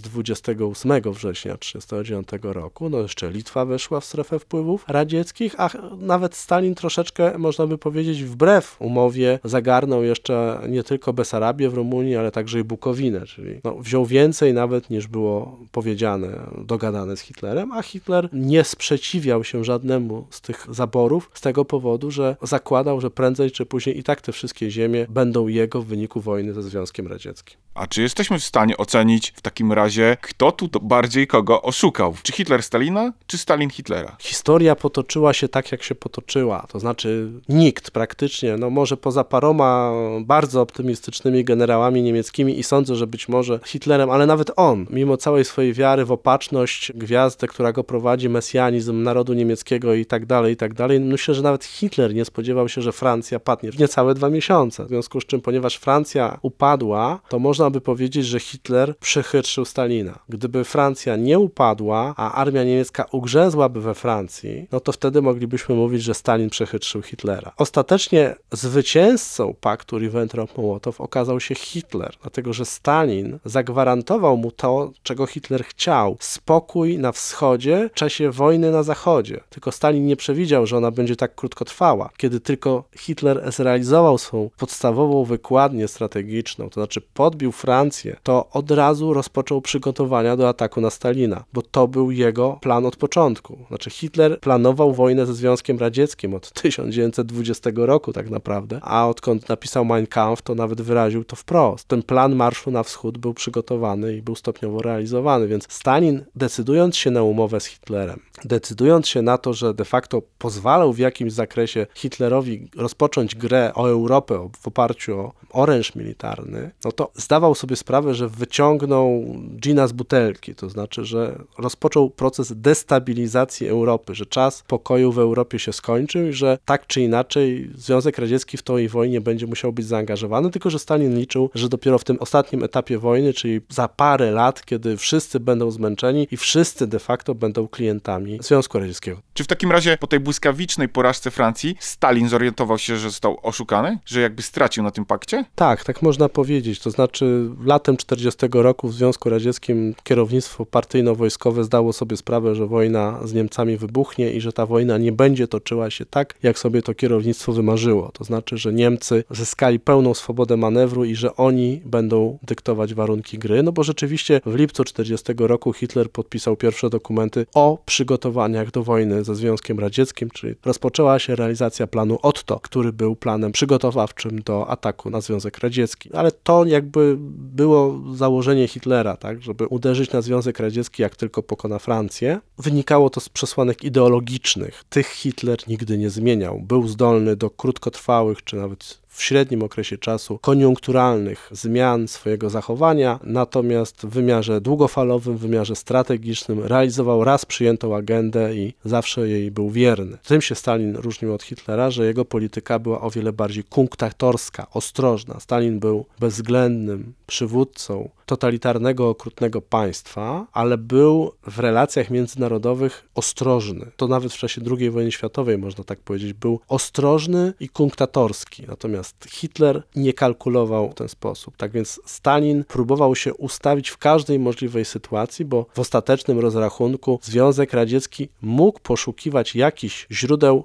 28 września 1939 roku, jeszcze Litwa weszła w strefę wpływów radzieckich, a nawet Stalin troszeczkę, można by powiedzieć, wbrew umowie zagarnął jeszcze nie tylko Besarabię w Rumunii, ale także i Bukowinę, czyli wziął więcej nawet niż było powiedziane, dogadane z Hitlerem, a Hitler nie sprzeciwiał się żadnemu z tych zaborów z tego powodu, że zakładał, że prędzej czy później i tak te wszystkie ziemie będą jego w wyniku wojny ze Związkiem Radzieckim. A czy jesteśmy w stanie ocenić w takim razie, kto tu bardziej kogo oszukał? Czy Hitler Stalina, czy Stalin Hitlera? Historia potoczyła się tak, jak się potoczyła. To znaczy nikt praktycznie, może poza paroma bardzo optymistycznymi generałami niemieckimi i sądzę, że być może Hitlerem, ale nawet on, mimo całej swojej wiary w opatrzność, gwiazdę, która go prowadzi, mesjanizm narodu niemieckiego i tak dalej, myślę, że nawet Hitler nie spodziewał się, że Francja padnie w niecałe 2 miesiące. W związku z czym, ponieważ Francja upadła, to można by powiedzieć, że Hitler przechytrzył Stalina. Gdyby Francja nie upadła, a armia niemiecka ugrzęzłaby we Francji, to wtedy moglibyśmy mówić, że Stalin przechytrzył Hitlera. Ostatecznie zwycięzcą paktu Ribbentrop-Mołotow okazał się Hitler, dlatego że Stalin zagwarantował mu to, czego Hitler chciał. Spokój na wschodzie w czasie wojny na zachodzie. Tylko Stalin nie przewidział, że ona będzie tak krótko trwała. Kiedy tylko Hitler zrealizował swą podstawową wykładnię strategiczną, to znaczy podbił Francję, to od razu rozpoczął przygotowania do ataku na Stalina, bo to był jego plan od początku. Znaczy Hitler planował wojnę ze Związkiem Radzieckim od 1920 roku tak naprawdę, a odkąd napisał Mein Kampf, to nawet wyraził to wprost. Ten plan marszu na wschód był przygotowany i był stopniowo realizowany, więc Stalin, decydując się na umowę z Hitlerem, decydując się na to, że de facto pozwalał w jakimś zakresie Hitlerowi rozpocząć grę o Europę w oparciu o oręż militarny, no to zdawał sobie sprawę, że wyciągnął dżina z butelki, to znaczy, że rozpoczął proces destabilizacji Europy, że czas pokoju w Europie się skończył i że tak czy inaczej Związek Radziecki w tej wojnie będzie musiał być zaangażowany, tylko że Stalin liczył, że dopiero w tym ostatnim etapie wojny, czyli za parę lat, kiedy wszyscy będą zmęczeni i wszyscy de facto będą klientami Związku Radzieckiego. Czy w takim razie po tej błyskawicznej porażce Francji Stalin zorientował się, że został oszukany? Że jakby stracił na tym pakcie? Tak można powiedzieć. To znaczy latem 1940 roku w Związku Radzieckim kierownictwo partyjno-wojskowe zdało sobie sprawę, że wojna z Niemcami wybuchnie i że ta wojna nie będzie toczyła się tak, jak sobie to kierownictwo wymarzyło. To znaczy, że Niemcy zyskali pełną swobodę manewru i że oni będą dyktować warunki gry, no bo rzeczywiście w lipcu 1940 roku Hitler podpisał pierwsze dokumenty o przygotowaniach do wojny ze Związkiem Radzieckim, czyli rozpoczęła się realizacja planu Otto, który był planem przygotowawczym do ataku na Związek Radziecki. Ale to jakby było założenie Hitlera, tak, żeby uderzyć na Związek Radziecki, jak tylko pokona Francję. Wynikało to z przesłanek ideologicznych. Tych Hitler nigdy nie zmieniał. Był zdolny do krótkotrwałych, czy nawet w średnim okresie czasu koniunkturalnych zmian swojego zachowania, natomiast w wymiarze długofalowym, w wymiarze strategicznym realizował raz przyjętą agendę i zawsze jej był wierny. Tym się Stalin różnił od Hitlera, że jego polityka była o wiele bardziej kunktatorska, ostrożna. Stalin był bezwzględnym przywódcą totalitarnego, okrutnego państwa, ale był w relacjach międzynarodowych ostrożny. To nawet w czasie II wojny światowej, można tak powiedzieć, był ostrożny i kunktatorski. Natomiast Hitler nie kalkulował w ten sposób. Tak więc Stalin próbował się ustawić w każdej możliwej sytuacji, bo w ostatecznym rozrachunku Związek Radziecki mógł poszukiwać jakichś źródeł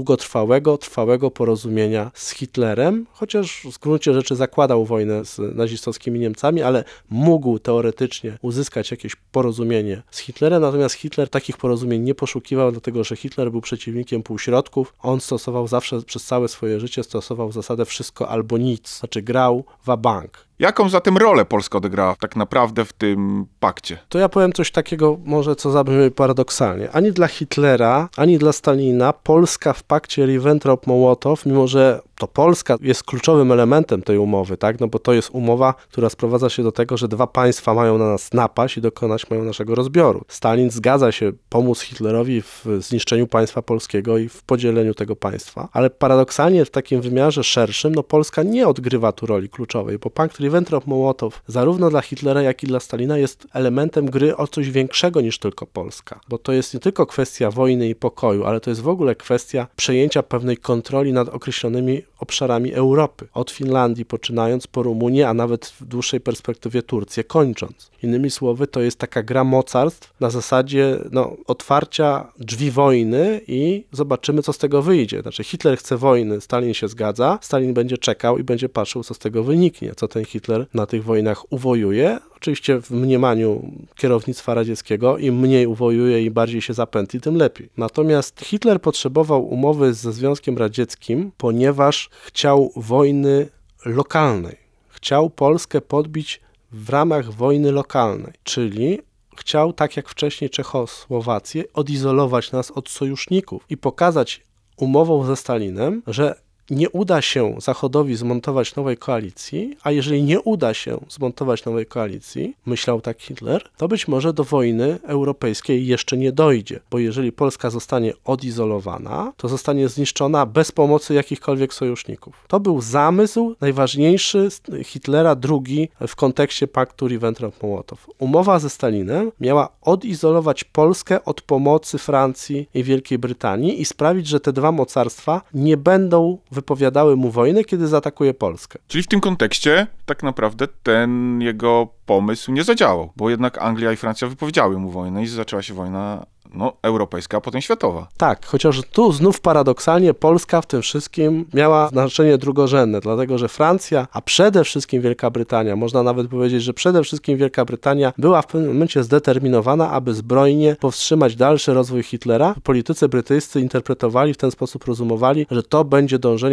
trwałego porozumienia z Hitlerem, chociaż w gruncie rzeczy zakładał wojnę z nazistowskimi Niemcami, ale mógł teoretycznie uzyskać jakieś porozumienie z Hitlerem, natomiast Hitler takich porozumień nie poszukiwał, dlatego że Hitler był przeciwnikiem półśrodków. On stosował zawsze przez całe swoje życie zasadę wszystko albo nic, znaczy grał va banque. Jaką zatem rolę Polska odegrała tak naprawdę w tym pakcie? To ja powiem coś takiego może, co zabrzmi paradoksalnie. Ani dla Hitlera, ani dla Stalina Polska w pakcie Ribbentrop-Mołotow, mimo że to Polska jest kluczowym elementem tej umowy, tak? No bo to jest umowa, która sprowadza się do tego, że dwa państwa mają na nas napaść i dokonać mają naszego rozbioru. Stalin zgadza się pomóc Hitlerowi w zniszczeniu państwa polskiego i w podzieleniu tego państwa, ale paradoksalnie w takim wymiarze szerszym, no Polska nie odgrywa tu roli kluczowej, bo pakt Ribbentrop-Mołotow zarówno dla Hitlera, jak i dla Stalina jest elementem gry o coś większego niż tylko Polska, bo to jest nie tylko kwestia wojny i pokoju, ale to jest w ogóle kwestia przejęcia pewnej kontroli nad określonymi obszarami Europy, od Finlandii poczynając po Rumunię, a nawet w dłuższej perspektywie Turcję kończąc. Innymi słowy, to jest taka gra mocarstw na zasadzie otwarcia drzwi wojny i zobaczymy, co z tego wyjdzie. Znaczy Hitler chce wojny, Stalin się zgadza, Stalin będzie czekał i będzie patrzył, co z tego wyniknie, co ten Hitler na tych wojnach uwojuje. Oczywiście w mniemaniu kierownictwa radzieckiego im mniej uwojuje i bardziej się zapętli, tym lepiej. Natomiast Hitler potrzebował umowy ze Związkiem Radzieckim, ponieważ chciał wojny lokalnej. Chciał Polskę podbić w ramach wojny lokalnej, czyli chciał, tak jak wcześniej Czechosłowację, odizolować nas od sojuszników i pokazać umową ze Stalinem, że nie uda się Zachodowi zmontować nowej koalicji, a jeżeli nie uda się zmontować nowej koalicji, myślał tak Hitler, to być może do wojny europejskiej jeszcze nie dojdzie, bo jeżeli Polska zostanie odizolowana, to zostanie zniszczona bez pomocy jakichkolwiek sojuszników. To był zamysł najważniejszy Hitlera, drugi w kontekście paktu Ribbentrop-Mołotow. Umowa ze Stalinem miała odizolować Polskę od pomocy Francji i Wielkiej Brytanii i sprawić, że te dwa mocarstwa nie będą wypowiadały mu wojnę, kiedy zaatakuje Polskę. Czyli w tym kontekście tak naprawdę ten jego pomysł nie zadziałał, bo jednak Anglia i Francja wypowiedziały mu wojnę i zaczęła się wojna europejska, a potem światowa. Tak, chociaż tu znów paradoksalnie Polska w tym wszystkim miała znaczenie drugorzędne, dlatego że Francja, a przede wszystkim Wielka Brytania, można nawet powiedzieć, że przede wszystkim Wielka Brytania była w pewnym momencie zdeterminowana, aby zbrojnie powstrzymać dalszy rozwój Hitlera. Politycy brytyjscy interpretowali w ten sposób, rozumowali, że to będzie dążenie do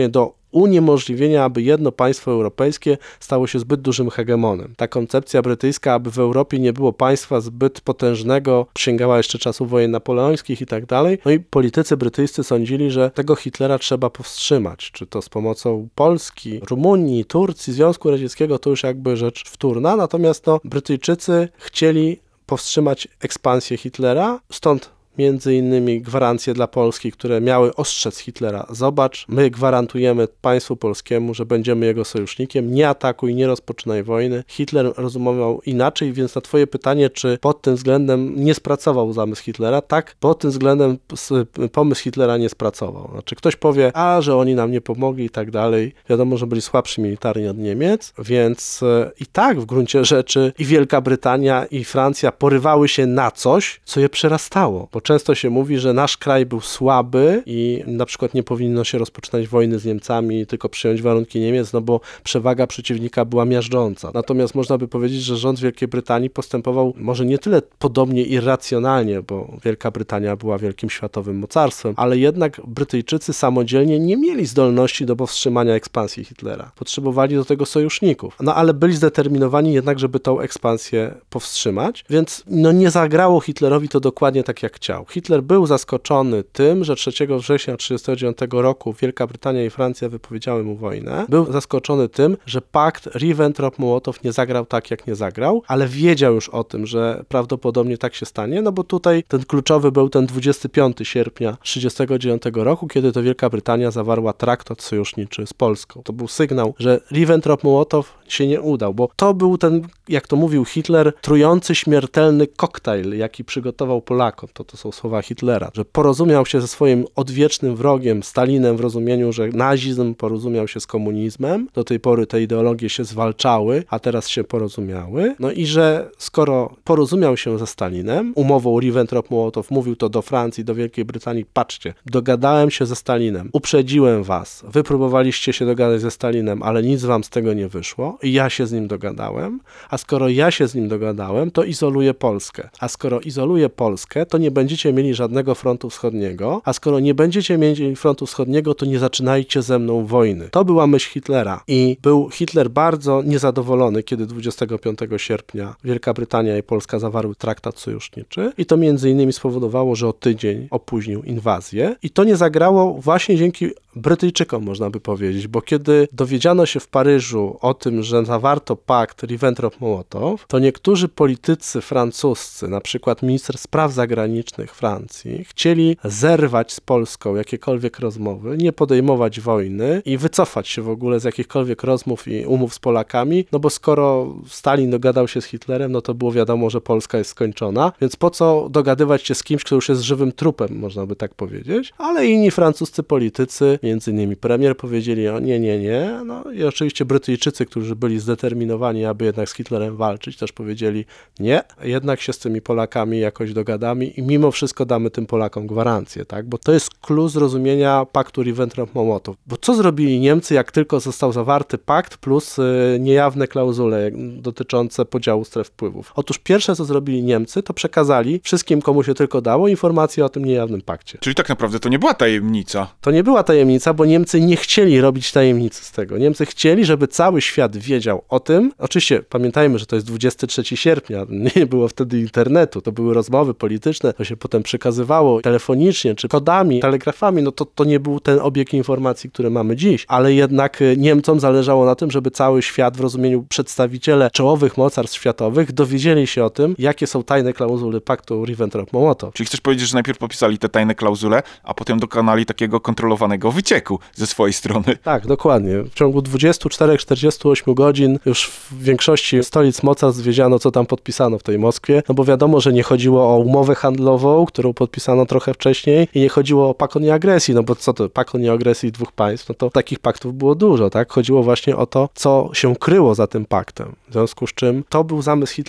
uniemożliwienia, aby jedno państwo europejskie stało się zbyt dużym hegemonem. Ta koncepcja brytyjska, aby w Europie nie było państwa zbyt potężnego, sięgała jeszcze czasów wojen napoleońskich i tak dalej. No i politycy brytyjscy sądzili, że tego Hitlera trzeba powstrzymać. Czy to z pomocą Polski, Rumunii, Turcji, Związku Radzieckiego, to już jakby rzecz wtórna. Natomiast Brytyjczycy chcieli powstrzymać ekspansję Hitlera, stąd między innymi gwarancje dla Polski, które miały ostrzec Hitlera. Zobacz, my gwarantujemy państwu polskiemu, że będziemy jego sojusznikiem, nie atakuj, nie rozpoczynaj wojny. Hitler rozumował inaczej, więc na twoje pytanie, czy pod tym względem nie spracował zamysł Hitlera, tak, pod tym względem pomysł Hitlera nie spracował. Znaczy ktoś powie, że oni nam nie pomogli i tak dalej. Wiadomo, że byli słabsi militarnie od Niemiec, więc i tak w gruncie rzeczy i Wielka Brytania, i Francja porywały się na coś, co je przerastało. Bo często się mówi, że nasz kraj był słaby i na przykład nie powinno się rozpoczynać wojny z Niemcami, tylko przyjąć warunki Niemiec, no bo przewaga przeciwnika była miażdżąca. Natomiast można by powiedzieć, że rząd Wielkiej Brytanii postępował może nie tyle podobnie irracjonalnie, bo Wielka Brytania była wielkim światowym mocarstwem, ale jednak Brytyjczycy samodzielnie nie mieli zdolności do powstrzymania ekspansji Hitlera. Potrzebowali do tego sojuszników. No ale byli zdeterminowani jednak, żeby tą ekspansję powstrzymać, więc nie zagrało Hitlerowi to dokładnie tak, jak chciał. Hitler był zaskoczony tym, że 3 września 1939 roku Wielka Brytania i Francja wypowiedziały mu wojnę. Był zaskoczony tym, że pakt Ribbentrop-Mołotow nie zagrał tak, jak nie zagrał, ale wiedział już o tym, że prawdopodobnie tak się stanie, no bo tutaj ten kluczowy był ten 25 sierpnia 1939 roku, kiedy to Wielka Brytania zawarła traktat sojuszniczy z Polską. To był sygnał, że Ribbentrop-Mołotow się nie udał, bo to był ten, jak to mówił Hitler, trujący, śmiertelny koktajl, jaki przygotował Polakom. To są słowa Hitlera, że porozumiał się ze swoim odwiecznym wrogiem Stalinem w rozumieniu, że nazizm porozumiał się z komunizmem. Do tej pory te ideologie się zwalczały, a teraz się porozumiały. No i że skoro porozumiał się ze Stalinem, umową Ribbentrop-Mołotow, mówił to do Francji, do Wielkiej Brytanii, patrzcie, dogadałem się ze Stalinem, uprzedziłem was, wy próbowaliście się dogadać ze Stalinem, ale nic wam z tego nie wyszło i ja się z nim dogadałem, a skoro ja się z nim dogadałem, to izoluję Polskę. A skoro izoluję Polskę, to nie będziecie mieli żadnego frontu wschodniego, a skoro nie będziecie mieli frontu wschodniego, to nie zaczynajcie ze mną wojny. To była myśl Hitlera i był Hitler bardzo niezadowolony, kiedy 25 sierpnia Wielka Brytania i Polska zawarły traktat sojuszniczy i to między innymi spowodowało, że o tydzień opóźnił inwazję i to nie zagrało właśnie dzięki Brytyjczykom, można by powiedzieć, bo kiedy dowiedziano się w Paryżu o tym, że zawarto pakt Ribbentrop-Mołotow, to niektórzy politycy francuscy, na przykład minister spraw zagranicznych Francji, chcieli zerwać z Polską jakiekolwiek rozmowy, nie podejmować wojny i wycofać się w ogóle z jakichkolwiek rozmów i umów z Polakami, no bo skoro Stalin dogadał się z Hitlerem, no to było wiadomo, że Polska jest skończona, więc po co dogadywać się z kimś, kto już jest żywym trupem, można by tak powiedzieć, ale inni francuscy politycy, między innymi premier, powiedzieli nie, no i oczywiście Brytyjczycy, którzy byli zdeterminowani, aby jednak z Hitlerem walczyć, też powiedzieli nie, jednak się z tymi Polakami jakoś dogadamy i mimo wszystko damy tym Polakom gwarancję, tak, bo to jest klucz zrozumienia paktu Ribbentrop-Mołotow, bo co zrobili Niemcy, jak tylko został zawarty pakt plus niejawne klauzule dotyczące podziału stref wpływów? Otóż pierwsze, co zrobili Niemcy, to przekazali wszystkim, komu się tylko dało, informację o tym niejawnym pakcie. Czyli tak naprawdę to nie była tajemnica. To nie była tajemnica, bo Niemcy nie chcieli robić tajemnicy z tego. Niemcy chcieli, żeby cały świat wiedział o tym. Oczywiście pamiętajmy, że to jest 23 sierpnia, nie było wtedy internetu, to były rozmowy polityczne, to się potem przekazywało telefonicznie, czy kodami, telegrafami, no to nie był ten obieg informacji, który mamy dziś, ale jednak Niemcom zależało na tym, żeby cały świat w rozumieniu przedstawiciele czołowych mocarstw światowych dowiedzieli się o tym, jakie są tajne klauzule paktu Ribbentrop-Mołotow. Czyli chcesz powiedzieć, że najpierw podpisali te tajne klauzule, a potem dokonali takiego kontrolowanego wycieku ze swojej strony. Tak, dokładnie. W ciągu 24-48 godzin już w większości stolic mocarstw wiedziano, co tam podpisano w tej Moskwie, no bo wiadomo, że nie chodziło o umowę handlową, którą podpisano trochę wcześniej i nie chodziło o pakt o nieagresji, no bo co to, pakt o nieagresji dwóch państw, no to takich paktów było dużo, tak? Chodziło właśnie o to, co się kryło za tym paktem. W związku z czym to był zamysł Hitlera.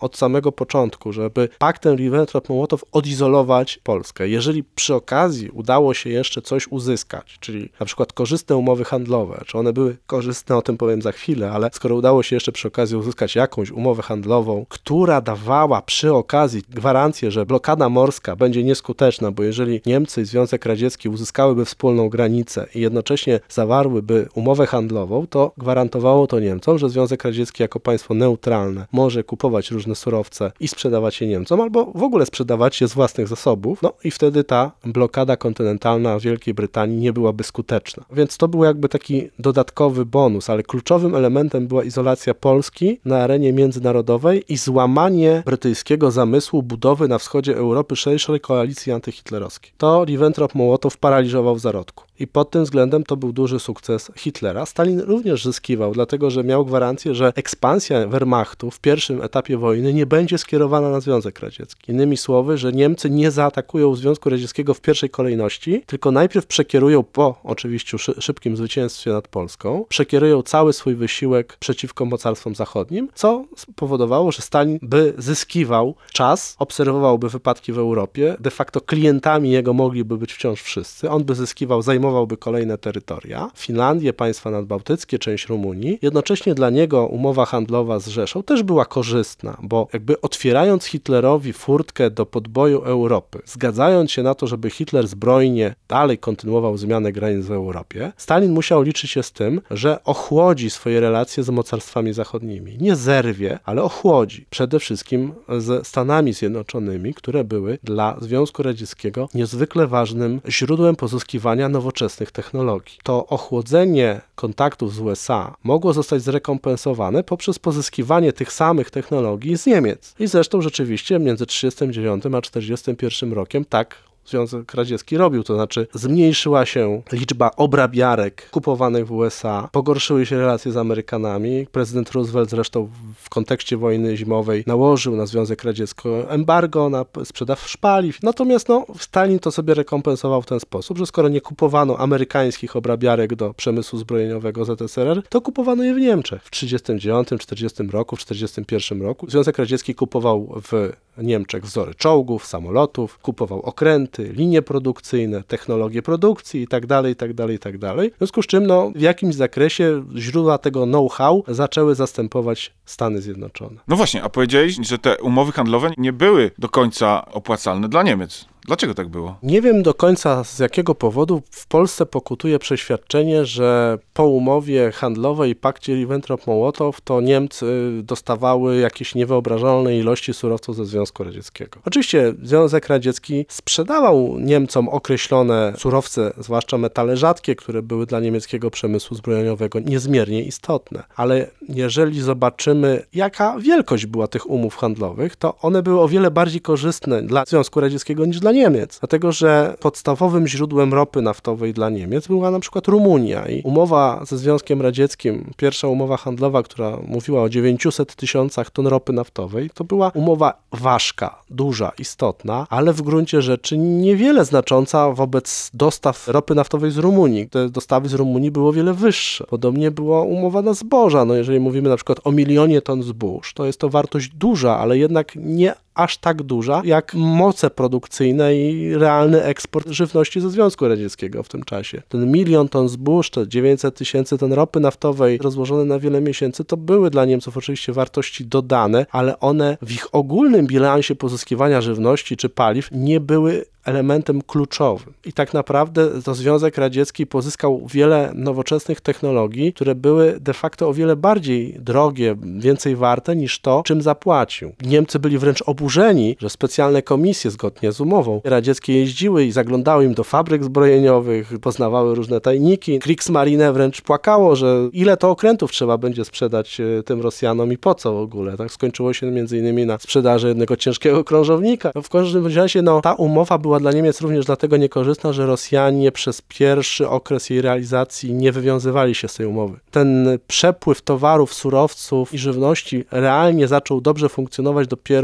od samego początku, żeby paktem Ribbentrop-Mołotow odizolować Polskę. Jeżeli przy okazji udało się jeszcze coś uzyskać, czyli na przykład korzystne umowy handlowe, czy one były korzystne, o tym powiem za chwilę, ale skoro udało się jeszcze przy okazji uzyskać jakąś umowę handlową, która dawała przy okazji gwarancję, że blokada morska będzie nieskuteczna, bo jeżeli Niemcy i Związek Radziecki uzyskałyby wspólną granicę i jednocześnie zawarłyby umowę handlową, to gwarantowało to Niemcom, że Związek Radziecki jako państwo neutralne może kupować różne surowce i sprzedawać je Niemcom, albo w ogóle sprzedawać je z własnych zasobów, no i wtedy ta blokada kontynentalna Wielkiej Brytanii nie byłaby skuteczna. Więc to był jakby taki dodatkowy bonus, ale kluczowym elementem była izolacja Polski na arenie międzynarodowej i złamanie brytyjskiego zamysłu budowy na wschodzie Europy szerszej koalicji antyhitlerowskiej. To Ribbentrop-Mołotow paraliżował w zarodku. I pod tym względem to był duży sukces Hitlera. Stalin również zyskiwał, dlatego że miał gwarancję, że ekspansja Wehrmachtu w pierwszym etapie wojny nie będzie skierowana na Związek Radziecki. Innymi słowy, że Niemcy nie zaatakują Związku Radzieckiego w pierwszej kolejności, tylko najpierw przekierują po oczywiście szybkim zwycięstwie nad Polską, przekierują cały swój wysiłek przeciwko mocarstwom zachodnim, co spowodowało, że Stalin by zyskiwał czas, obserwowałby wypadki w Europie, de facto klientami jego mogliby być wciąż wszyscy, on by zyskiwał, zajmowałby kolejne terytoria, Finlandię, państwa nadbałtyckie, część Rumunii. Jednocześnie dla niego umowa handlowa z Rzeszą też była korzystna, bo jakby otwierając Hitlerowi furtkę do podboju Europy, zgadzając się na to, żeby Hitler zbrojnie dalej kontynuował zmianę granic w Europie, Stalin musiał liczyć się z tym, że ochłodzi swoje relacje z mocarstwami zachodnimi. Nie zerwie, ale ochłodzi. Przede wszystkim ze Stanami Zjednoczonymi, które były dla Związku Radzieckiego niezwykle ważnym źródłem pozyskiwania nowoczesnych technologii. To ochłodzenie kontaktów z USA mogło zostać zrekompensowane poprzez pozyskiwanie tych samych technologii z Niemiec. I zresztą rzeczywiście między 1939 a 1941 rokiem tak Związek Radziecki robił, to znaczy zmniejszyła się liczba obrabiarek kupowanych w USA, pogorszyły się relacje z Amerykanami. Prezydent Roosevelt zresztą w kontekście wojny zimowej nałożył na Związek Radziecki embargo na sprzedaż paliw. Natomiast Stalin to sobie rekompensował w ten sposób, że skoro nie kupowano amerykańskich obrabiarek do przemysłu zbrojeniowego ZSRR, to kupowano je w Niemczech. W 1939, 1940 roku, w 1941 roku Związek Radziecki kupował w Niemczech wzory czołgów, samolotów, kupował okręty, linie produkcyjne, technologie produkcji itd., itd., itd. W związku z czym w jakimś zakresie źródła tego know-how zaczęły zastępować Stany Zjednoczone. No właśnie, a powiedziałeś, że te umowy handlowe nie były do końca opłacalne dla Niemiec. Dlaczego tak było? Nie wiem do końca z jakiego powodu w Polsce pokutuje przeświadczenie, że po umowie handlowej i pakcie Ribbentrop-Mołotow to Niemcy dostawały jakieś niewyobrażalne ilości surowców ze Związku Radzieckiego. Oczywiście Związek Radziecki sprzedawał Niemcom określone surowce, zwłaszcza metale rzadkie, które były dla niemieckiego przemysłu zbrojeniowego niezmiernie istotne. Ale jeżeli zobaczymy, jaka wielkość była tych umów handlowych, to one były o wiele bardziej korzystne dla Związku Radzieckiego niż dla Niemiec. Dlatego, że podstawowym źródłem ropy naftowej dla Niemiec była na przykład Rumunia i umowa ze Związkiem Radzieckim, pierwsza umowa handlowa, która mówiła o 900 tysiącach ton ropy naftowej, to była umowa ważka, duża, istotna, ale w gruncie rzeczy niewiele znacząca wobec dostaw ropy naftowej z Rumunii. Te dostawy z Rumunii były o wiele wyższe. Podobnie była umowa na zboża. Jeżeli mówimy na przykład o 1 milionie ton zbóż, to jest to wartość duża, ale jednak nie aż tak duża, jak moce produkcyjne i realny eksport żywności ze Związku Radzieckiego w tym czasie. Ten 1 milion ton zbóż, te 900 tysięcy ton ropy naftowej rozłożone na wiele miesięcy, to były dla Niemców oczywiście wartości dodane, ale one w ich ogólnym bilansie pozyskiwania żywności czy paliw nie były elementem kluczowym. I tak naprawdę to Związek Radziecki pozyskał wiele nowoczesnych technologii, które były de facto o wiele bardziej drogie, więcej warte niż to, czym zapłacił. Niemcy byli wręcz oburzeni, że specjalne komisje zgodnie z umową radzieckie jeździły i zaglądały im do fabryk zbrojeniowych, poznawały różne tajniki. Kriegsmarine wręcz płakało, że ile to okrętów trzeba będzie sprzedać tym Rosjanom i po co w ogóle. Tak skończyło się między innymi na sprzedaży jednego ciężkiego krążownika. W każdym razie ta umowa była dla Niemiec również dlatego niekorzystna, że Rosjanie przez pierwszy okres jej realizacji nie wywiązywali się z tej umowy. Ten przepływ towarów, surowców i żywności realnie zaczął dobrze funkcjonować dopiero po klęsce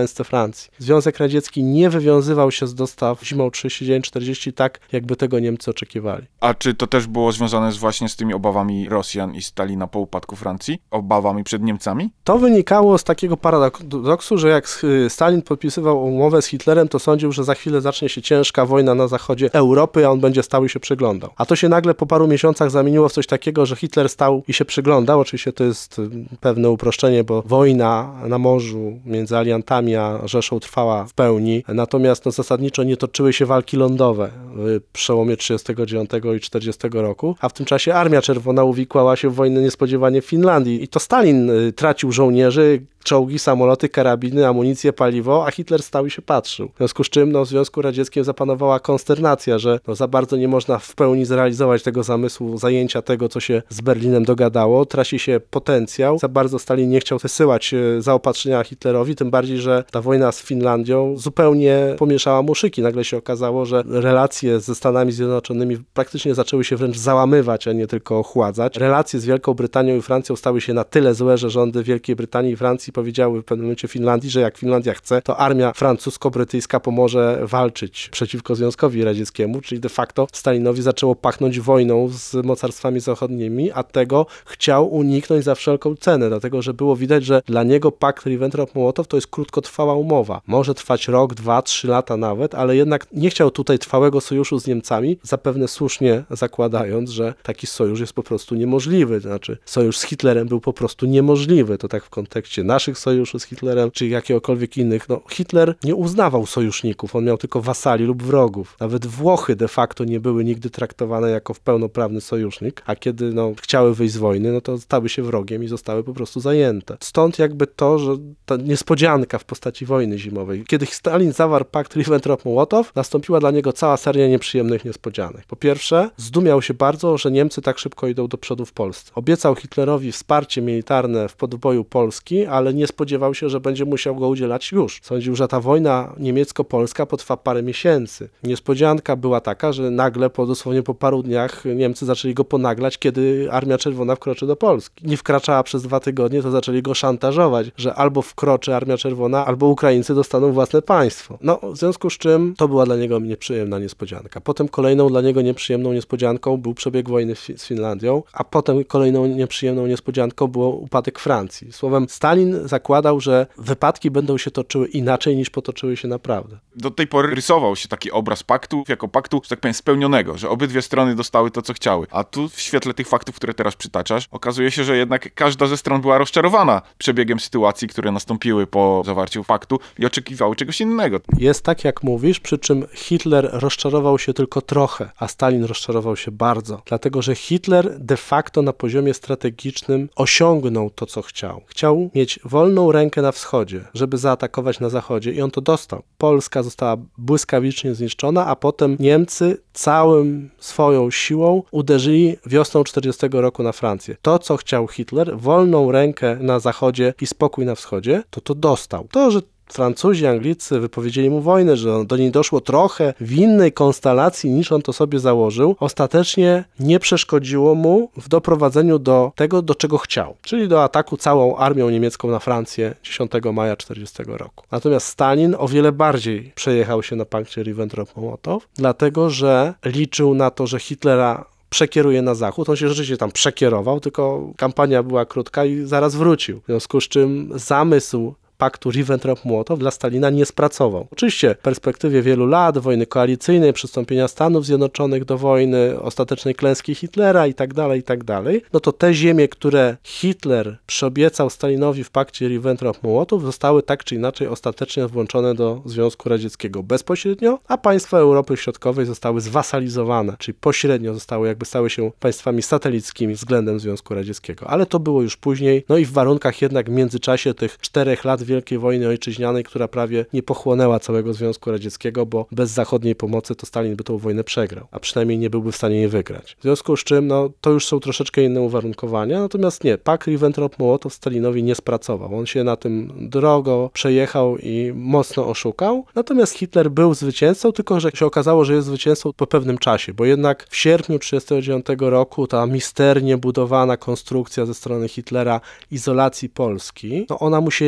klęsce Francji. Związek Radziecki nie wywiązywał się z dostaw zimą 39-40 tak, jakby tego Niemcy oczekiwali. A czy to też było związane właśnie z tymi obawami Rosjan i Stalina po upadku Francji? Obawami przed Niemcami? To wynikało z takiego paradoksu, że jak Stalin podpisywał umowę z Hitlerem, to sądził, że za chwilę zacznie się ciężka wojna na zachodzie Europy, a on będzie stał i się przyglądał. A to się nagle po paru miesiącach zamieniło w coś takiego, że Hitler stał i się przyglądał. Oczywiście to jest pewne uproszczenie, bo wojna na morzu między aliantami a Rzeszą trwała w pełni, natomiast zasadniczo nie toczyły się walki lądowe w przełomie 39 i 40 roku, a w tym czasie Armia Czerwona uwikłała się w wojnę niespodziewanie w Finlandii i to Stalin tracił żołnierzy, czołgi, samoloty, karabiny, amunicję, paliwo, a Hitler stał i się patrzył. W związku z czym w Związku Radzieckim zapanowała konsternacja, że za bardzo nie można w pełni zrealizować tego zamysłu zajęcia tego, co się z Berlinem dogadało. Traci się potencjał. Za bardzo Stalin nie chciał wysyłać zaopatrzenia Hitlerowi, tym bardziej, że ta wojna z Finlandią zupełnie pomieszała mu szyki. Nagle się okazało, że relacje ze Stanami Zjednoczonymi praktycznie zaczęły się wręcz załamywać, a nie tylko ochładzać. Relacje z Wielką Brytanią i Francją stały się na tyle złe, że rządy Wielkiej Brytanii i Francji powiedziały w pewnym momencie Finlandii, że jak Finlandia chce, to armia francusko-brytyjska pomoże walczyć przeciwko Związkowi Radzieckiemu, czyli de facto Stalinowi zaczęło pachnąć wojną z mocarstwami zachodnimi, a tego chciał uniknąć za wszelką cenę, dlatego że było widać, że dla niego pakt Ribbentrop-Mołotow to jest krótkotrwała umowa. Może trwać rok, 2, 3 lata nawet, ale jednak nie chciał tutaj trwałego sojuszu z Niemcami, zapewne słusznie zakładając, że taki sojusz jest po prostu niemożliwy. To znaczy sojusz z Hitlerem był po prostu niemożliwy. To tak w kontekście naszych sojuszy z Hitlerem, czy jakiegokolwiek innych. Hitler nie uznawał sojuszników, on miał tylko wasali lub wrogów. Nawet Włochy de facto nie były nigdy traktowane jako pełnoprawny sojusznik, a kiedy chciały wyjść z wojny, to stały się wrogiem i zostały po prostu zajęte. Stąd jakby to, że ta niespodzianka w postaci wojny zimowej. Kiedy Stalin zawarł pakt Ribbentrop-Mołotow, nastąpiła dla niego cała seria nieprzyjemnych niespodzianek. Po pierwsze, zdumiał się bardzo, że Niemcy tak szybko idą do przodu w Polsce. Obiecał Hitlerowi wsparcie militarne w podboju Polski, ale nie spodziewał się, że będzie musiał go udzielać już. Sądził, że ta wojna niemiecko-polska potrwa parę miesięcy. Niespodzianka była taka, że nagle, dosłownie po paru dniach Niemcy zaczęli go ponaglać, kiedy Armia Czerwona wkroczy do Polski. Nie wkraczała przez 2 tygodnie, to zaczęli go szantażować, że albo wkroczy Armia Czerwona, albo Ukraińcy dostaną własne państwo. W związku z czym to była dla niego nieprzyjemna niespodzianka. Potem kolejną dla niego nieprzyjemną niespodzianką był przebieg wojny z Finlandią, a potem kolejną nieprzyjemną niespodzianką był upadek Francji. Słowem, Stalin zakładał, że wypadki będą się toczyły inaczej niż potoczyły się naprawdę. Do tej pory rysował się taki obraz paktu, jako paktu, że tak powiem, spełnionego, że obydwie strony dostały to, co chciały. A tu w świetle tych faktów, które teraz przytaczasz, okazuje się, że jednak każda ze stron była rozczarowana przebiegiem sytuacji, które nastąpiły po zawarciu paktu i oczekiwały czegoś innego. Jest tak, jak mówisz, przy czym Hitler rozczarował się tylko trochę, a Stalin rozczarował się bardzo. Dlatego, że Hitler de facto na poziomie strategicznym osiągnął to, co chciał. Chciał mieć wolną rękę na wschodzie, żeby zaatakować na zachodzie i on to dostał. Polska została błyskawicznie zniszczona, a potem Niemcy całym swoją siłą uderzyli wiosną 40 roku na Francję. To, co chciał Hitler, wolną rękę na zachodzie i spokój na wschodzie, to dostał. To, że Francuzi, Anglicy wypowiedzieli mu wojnę, że do niej doszło trochę w innej konstelacji niż on to sobie założył, ostatecznie nie przeszkodziło mu w doprowadzeniu do tego, do czego chciał, czyli do ataku całą armią niemiecką na Francję 10 maja 40 roku. Natomiast Stalin o wiele bardziej przejechał się na pakcie Ribbentrop-Mołotow, dlatego że liczył na to, że Hitlera przekieruje na zachód. On się rzeczywiście tam przekierował, tylko kampania była krótka i zaraz wrócił. W związku z czym zamysł paktu Ribbentrop-Mołotow dla Stalina nie spracował. Oczywiście w perspektywie wielu lat, wojny koalicyjnej, przystąpienia Stanów Zjednoczonych do wojny, ostatecznej klęski Hitlera i tak dalej, to te ziemie, które Hitler przyobiecał Stalinowi w pakcie Ribbentrop-Mołotow, zostały tak czy inaczej ostatecznie włączone do Związku Radzieckiego bezpośrednio, a państwa Europy Środkowej zostały zwasalizowane, czyli pośrednio stały się państwami satelickimi względem Związku Radzieckiego. Ale to było już później, i w warunkach jednak w międzyczasie tych 4 lat Wielkiej Wojny Ojczyźnianej, która prawie nie pochłonęła całego Związku Radzieckiego, bo bez zachodniej pomocy to Stalin by tą wojnę przegrał, a przynajmniej nie byłby w stanie jej wygrać. W związku z czym, to już są troszeczkę inne uwarunkowania, natomiast nie, pakt Ribbentrop-Mołotow Stalinowi nie spracował. On się na tym drogo przejechał i mocno oszukał, natomiast Hitler był zwycięzcą, tylko że się okazało, że jest zwycięzcą po pewnym czasie, bo jednak w sierpniu 1939 roku ta misternie budowana konstrukcja ze strony Hitlera izolacji Polski, ona mu się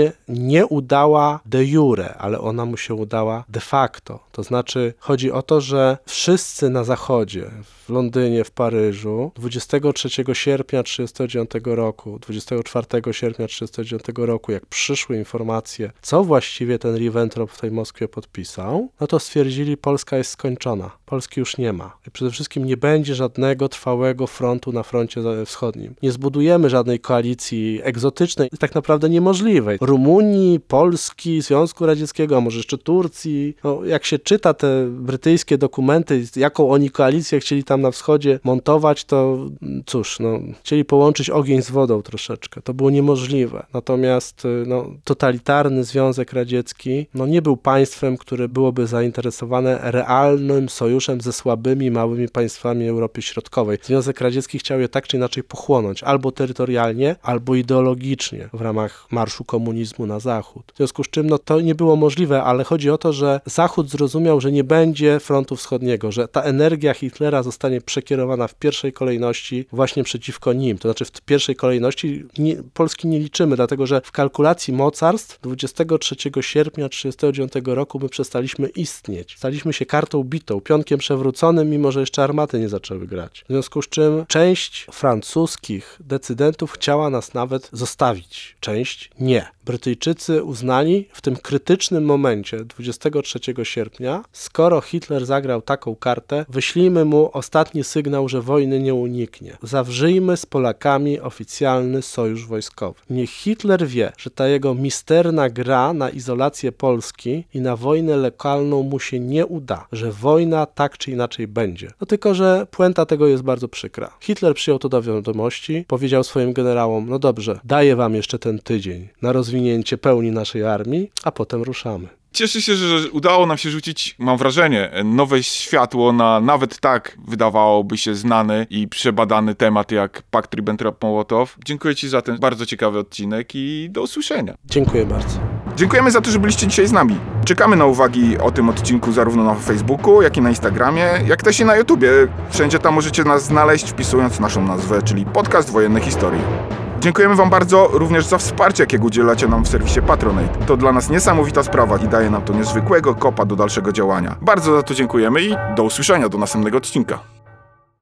nie udała de jure, ale ona mu się udała de facto. To znaczy chodzi o to, że wszyscy na Zachodzie, w Londynie, w Paryżu 23 sierpnia 1939 roku, 24 sierpnia 1939 roku, jak przyszły informacje, co właściwie ten Ribbentrop w tej Moskwie podpisał, no to stwierdzili, Polska jest skończona. Polski już nie ma. I przede wszystkim nie będzie żadnego trwałego frontu na froncie wschodnim. Nie zbudujemy żadnej koalicji egzotycznej, tak naprawdę niemożliwej. Rumunii, Polski, Związku Radzieckiego, a może jeszcze Turcji. No, jak się czyta te brytyjskie dokumenty, jaką oni koalicję chcieli tam na wschodzie montować, to cóż, no, chcieli połączyć ogień z wodą troszeczkę. To było niemożliwe. Natomiast totalitarny Związek Radziecki nie był państwem, które byłoby zainteresowane realnym sojuszem ze słabymi, małymi państwami Europy Środkowej. Związek Radziecki chciał je tak czy inaczej pochłonąć, albo terytorialnie, albo ideologicznie w ramach marszu komunizmu na zachód. W związku z czym to nie było możliwe, ale chodzi o to, że Zachód zrozumiał, że nie będzie frontu wschodniego, że ta energia Hitlera zostanie przekierowana w pierwszej kolejności właśnie przeciwko nim. To znaczy w pierwszej kolejności Polski nie liczymy, dlatego że w kalkulacji mocarstw 23 sierpnia 1939 roku my przestaliśmy istnieć. Staliśmy się kartą bitą, pionkiem przewróconym, mimo że jeszcze armaty nie zaczęły grać. W związku z czym część francuskich decydentów chciała nas nawet zostawić, część nie. Brytyjczycy uznali w tym krytycznym momencie 23 sierpnia, skoro Hitler zagrał taką kartę, wyślijmy mu ostatni sygnał, że wojny nie uniknie. Zawrzyjmy z Polakami oficjalny sojusz wojskowy. Niech Hitler wie, że ta jego misterna gra na izolację Polski i na wojnę lokalną mu się nie uda, że wojna tak czy inaczej będzie. No tylko, że puenta tego jest bardzo przykra. Hitler przyjął to do wiadomości, powiedział swoim generałom, no dobrze, daję wam jeszcze ten tydzień na rozwinięcie pełni naszej armii, a potem ruszamy. Cieszę się, że udało nam się rzucić, mam wrażenie, nowe światło na nawet tak, wydawałoby się, znany i przebadany temat jak pakt Ribbentrop-Mołotow. Dziękuję Ci za ten bardzo ciekawy odcinek i do usłyszenia. Dziękuję bardzo. Dziękujemy za to, że byliście dzisiaj z nami. Czekamy na uwagi o tym odcinku zarówno na Facebooku, jak i na Instagramie, jak też i na YouTubie. Wszędzie tam możecie nas znaleźć, wpisując naszą nazwę, czyli Podcast Wojenne Historii. Dziękujemy Wam bardzo również za wsparcie, jakiego udzielacie nam w serwisie Patronite. To dla nas niesamowita sprawa i daje nam to niezwykłego kopa do dalszego działania. Bardzo za to dziękujemy i do usłyszenia do następnego odcinka.